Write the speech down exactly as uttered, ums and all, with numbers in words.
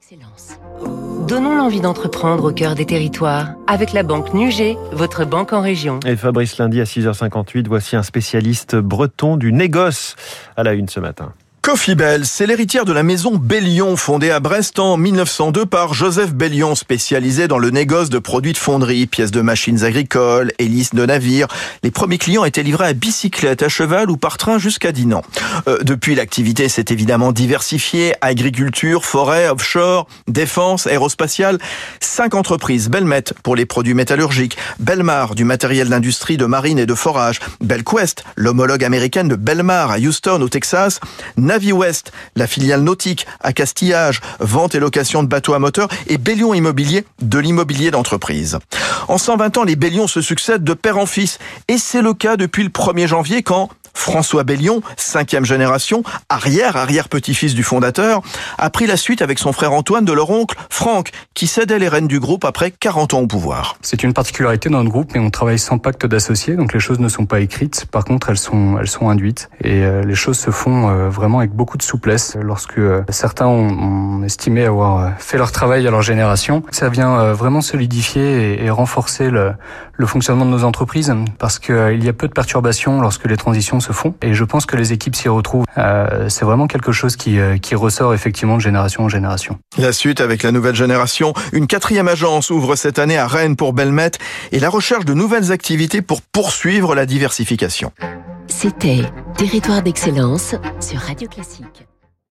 d'excellence. Donnons l'envie d'entreprendre au cœur des territoires avec la banque Nugé, votre banque en région. Et Fabrice Lundi à six heures cinquante-huit, voici un spécialiste breton du négoce à la une ce matin. Cofibel, c'est l'héritière de la maison Bellion, fondée à Brest en mille neuf cent deux par Joseph Bellion, spécialisé dans le négoce de produits de fonderie, pièces de machines agricoles, hélices de navires. Les premiers clients étaient livrés à bicyclette, à cheval ou par train jusqu'à Dinan. Euh, depuis, l'activité s'est évidemment diversifiée. Agriculture, forêt, offshore, défense, aérospatiale. Cinq entreprises. Belmet pour les produits métallurgiques. Belmar, du matériel d'industrie de marine et de forage. Belquest, l'homologue américaine de Belmar à Houston, au Texas. Naviwest, la filiale nautique à Castillage, vente et location de bateaux à moteur, et Bellion Immobilier, de l'immobilier d'entreprise. En cent vingt ans, les Bellion se succèdent de père en fils, et c'est le cas depuis le premier janvier quand François Bellion, cinquième génération, arrière-arrière-petit-fils du fondateur, a pris la suite avec son frère Antoine de leur oncle Franck, qui cédait les rênes du groupe après quarante ans au pouvoir. C'est une particularité dans notre groupe, mais on travaille sans pacte d'associés, donc les choses ne sont pas écrites. Par contre, elles sont, elles sont induites, et euh, les choses se font euh, vraiment avec beaucoup de souplesse. Lorsque euh, certains ont, ont estimé avoir fait leur travail à leur génération, ça vient euh, vraiment solidifier et, et renforcer le, le fonctionnement de nos entreprises, parce qu'il euh, y a peu de perturbations lorsque les transitions se font, et je pense que les équipes s'y retrouvent. Euh, c'est vraiment quelque chose qui, euh, qui ressort effectivement de génération en génération. La suite avec la nouvelle génération, une quatrième agence ouvre cette année à Rennes pour Belmet, et la recherche de nouvelles activités pour poursuivre la diversification. C'était Territoire d'excellence sur Radio Classique.